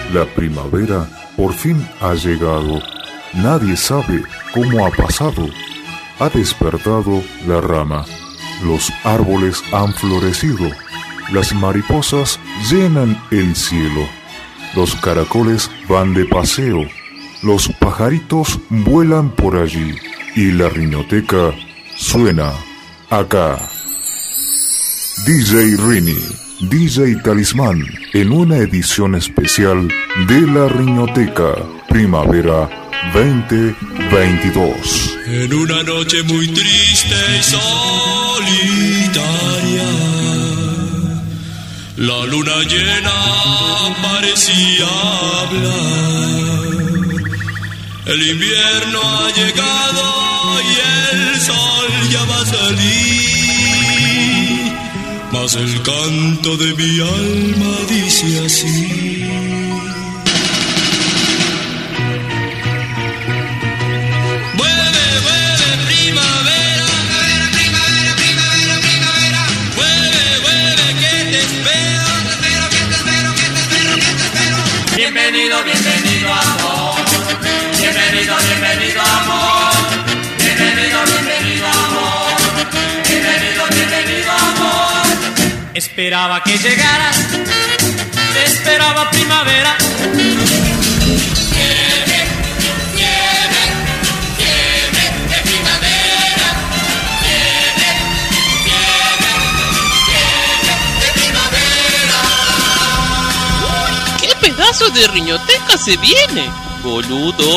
La primavera por fin ha llegado. Nadie sabe cómo ha pasado. Ha despertado la rama. Los árboles han florecido. Las mariposas llenan el cielo. Los caracoles van de paseo. Los pajaritos vuelan por allí. Y la riñoteca suena acá. DJ Rini, DJ Talismán, en una edición especial de la Riñoteca Primavera 2022. En una noche muy triste y solitaria, la luna llena parecía hablar. El invierno ha llegado y el sol ya va a salir, mas el canto de mi alma dice así. Bienvenido, bienvenido amor, bienvenido, bienvenido amor, bienvenido, bienvenido amor, bienvenido, bienvenido amor. Esperaba que llegaras, esperaba primavera. Fiebre, fiebre, fiebre de primavera. Fiebre, fiebre, fiebre de primavera. ¡Qué pedazo de riñoteca se viene, boludo!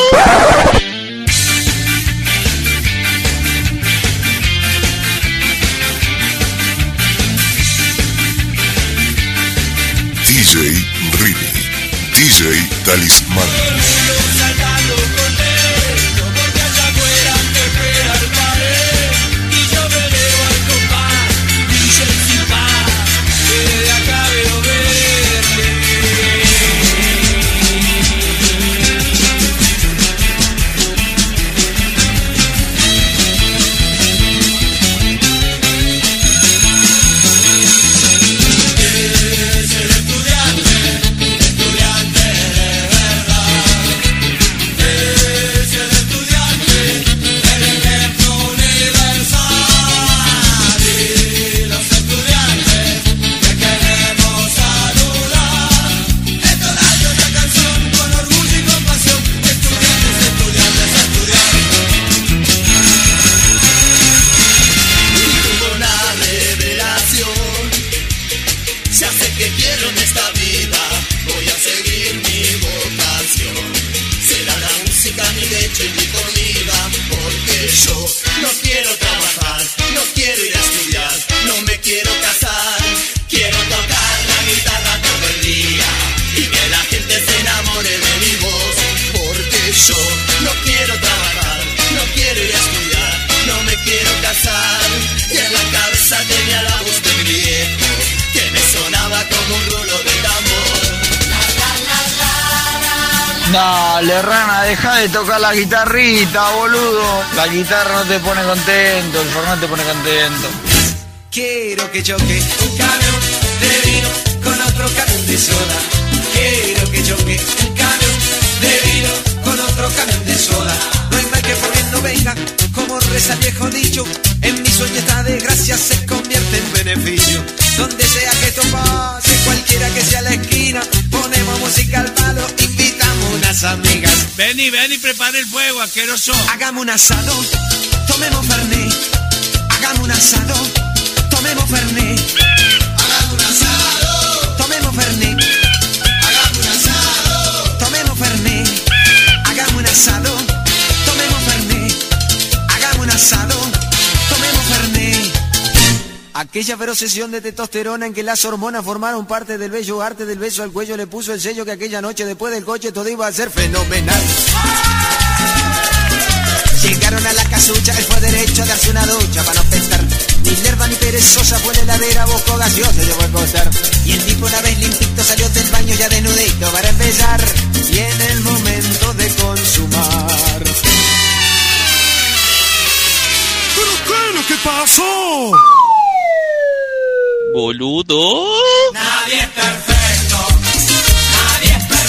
DJ Rini, DJ Talismán. Dale, rana, deja de tocar la guitarrita, boludo. La guitarra no te pone contento, el formato te pone contento. Quiero que choque un camión de vino con otro camión de soda. Quiero que choque un camión de vino con otro camión de soda. No hay mal que por bien no venga, como reza el viejo dicho. En mi sueño esta desgracia se convierte en beneficio. Donde sea que esto pase, cualquiera que sea la esquina, ponemos música al palo, invitamos unas amigas. Ven y prepara el fuego, asqueroso. Hagamos un asado, tomemos fernet. Hagamos un asado, tomemos fernet. Hagamos un asado, tomemos fernet. Hagamos un asado, tomemos fernet. Hagamos un asado, tomemos fernet. Hagamos un asado, tomemos fernet. Aquella feroz sesión de testosterona en que las hormonas formaron parte del bello arte del beso al cuello le puso el sello que aquella noche después del coche todo iba a ser fenomenal. Llegaron a la casucha, él fue derecho a darse una ducha para no pescar. Ni lerda ni perezosa fue la heladera, buscó gaseosa y se fue a acostar. Y el tipo una vez limpito salió del baño ya desnudito para empezar. Y en el momento de consumar. ¿Pero qué es lo que pasó? Boludo. Nadie es perfecto, nadie es perfecto.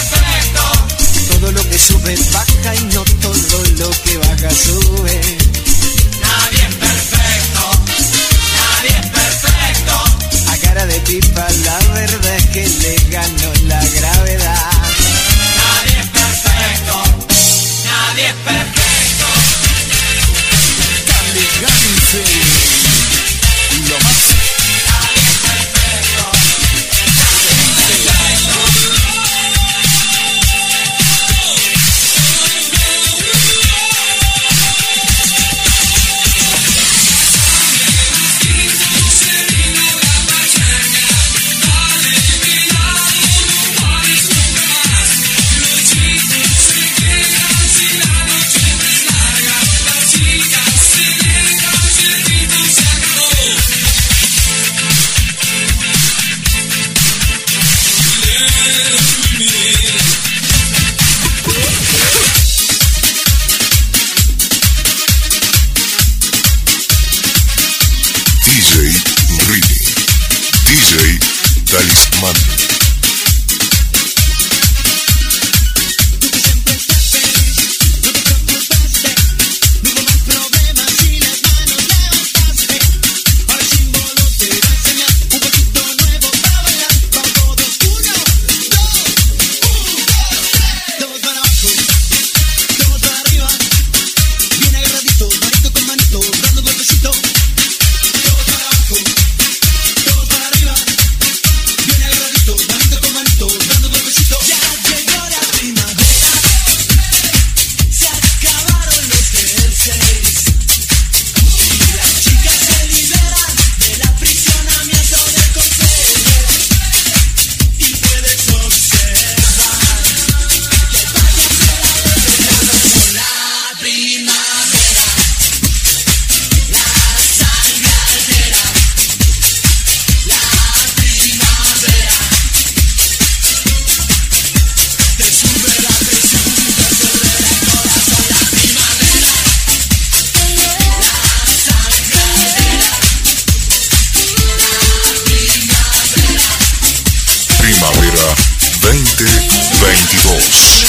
sube, baja y no todo lo que baja sube. Nadie es perfecto, nadie es perfecto. A cara de pipa la verdad es que le ganó la gravedad. Nadie es perfecto, nadie es perfecto. Candy Gansey, lo más. Nadie es perfecto. Talismán. Primavera 2022.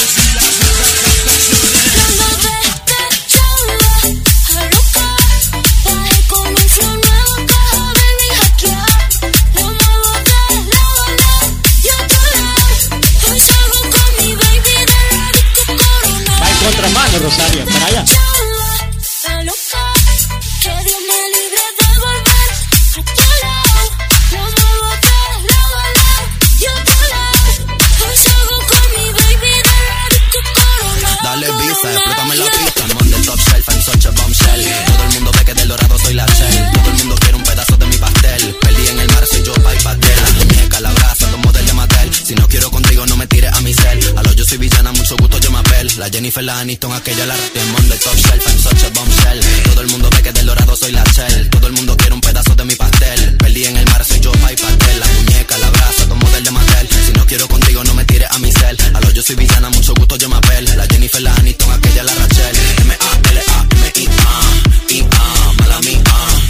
Va en contramano, Rosario, para allá. Dale visa, explótame la pista. Mando el top shelf, I'm such a bombshell. Todo el mundo ve que del dorado soy la shell. Todo el mundo quiere un pedazo de mi pastel. Perdí en el mar, soy yo, pa' y pastel. La muñeca, la brasa, los modelos de Mattel. Si no quiero contigo, no me tires a mi cel. A lo yo soy villana, mucho gusto, yo me apel. La Jennifer, la Aniston, aquella la retiene. Mando el top shelf, I'm such a bombshell. Todo el mundo ve que del dorado soy la shell. Todo el mundo quiere un pedazo de mi pastel. Perdí en el mar, soy yo, pa' y pastel. La muñeca, la brasa, los modelos de Mattel. Si no quiero contigo, no me tires a mi cel. A lo yo soy villana, mucho gusto, yo me apel. La Jennifer, la Aniston, aquella la Rachel. M-A-L-A-M-I-A, mala mía.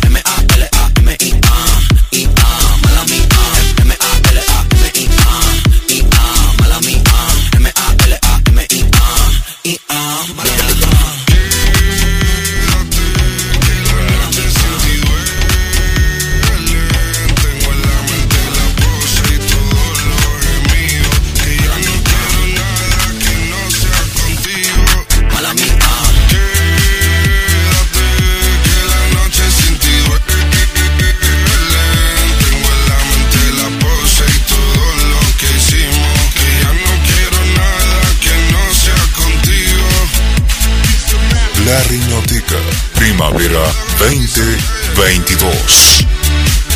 M-A-L-A-M-I-A, mala mía. M-A-L-A-M-I-A, mala mía. M-A-L-A-M-I-A, mala mía. La Riñoteca, Primavera 2022.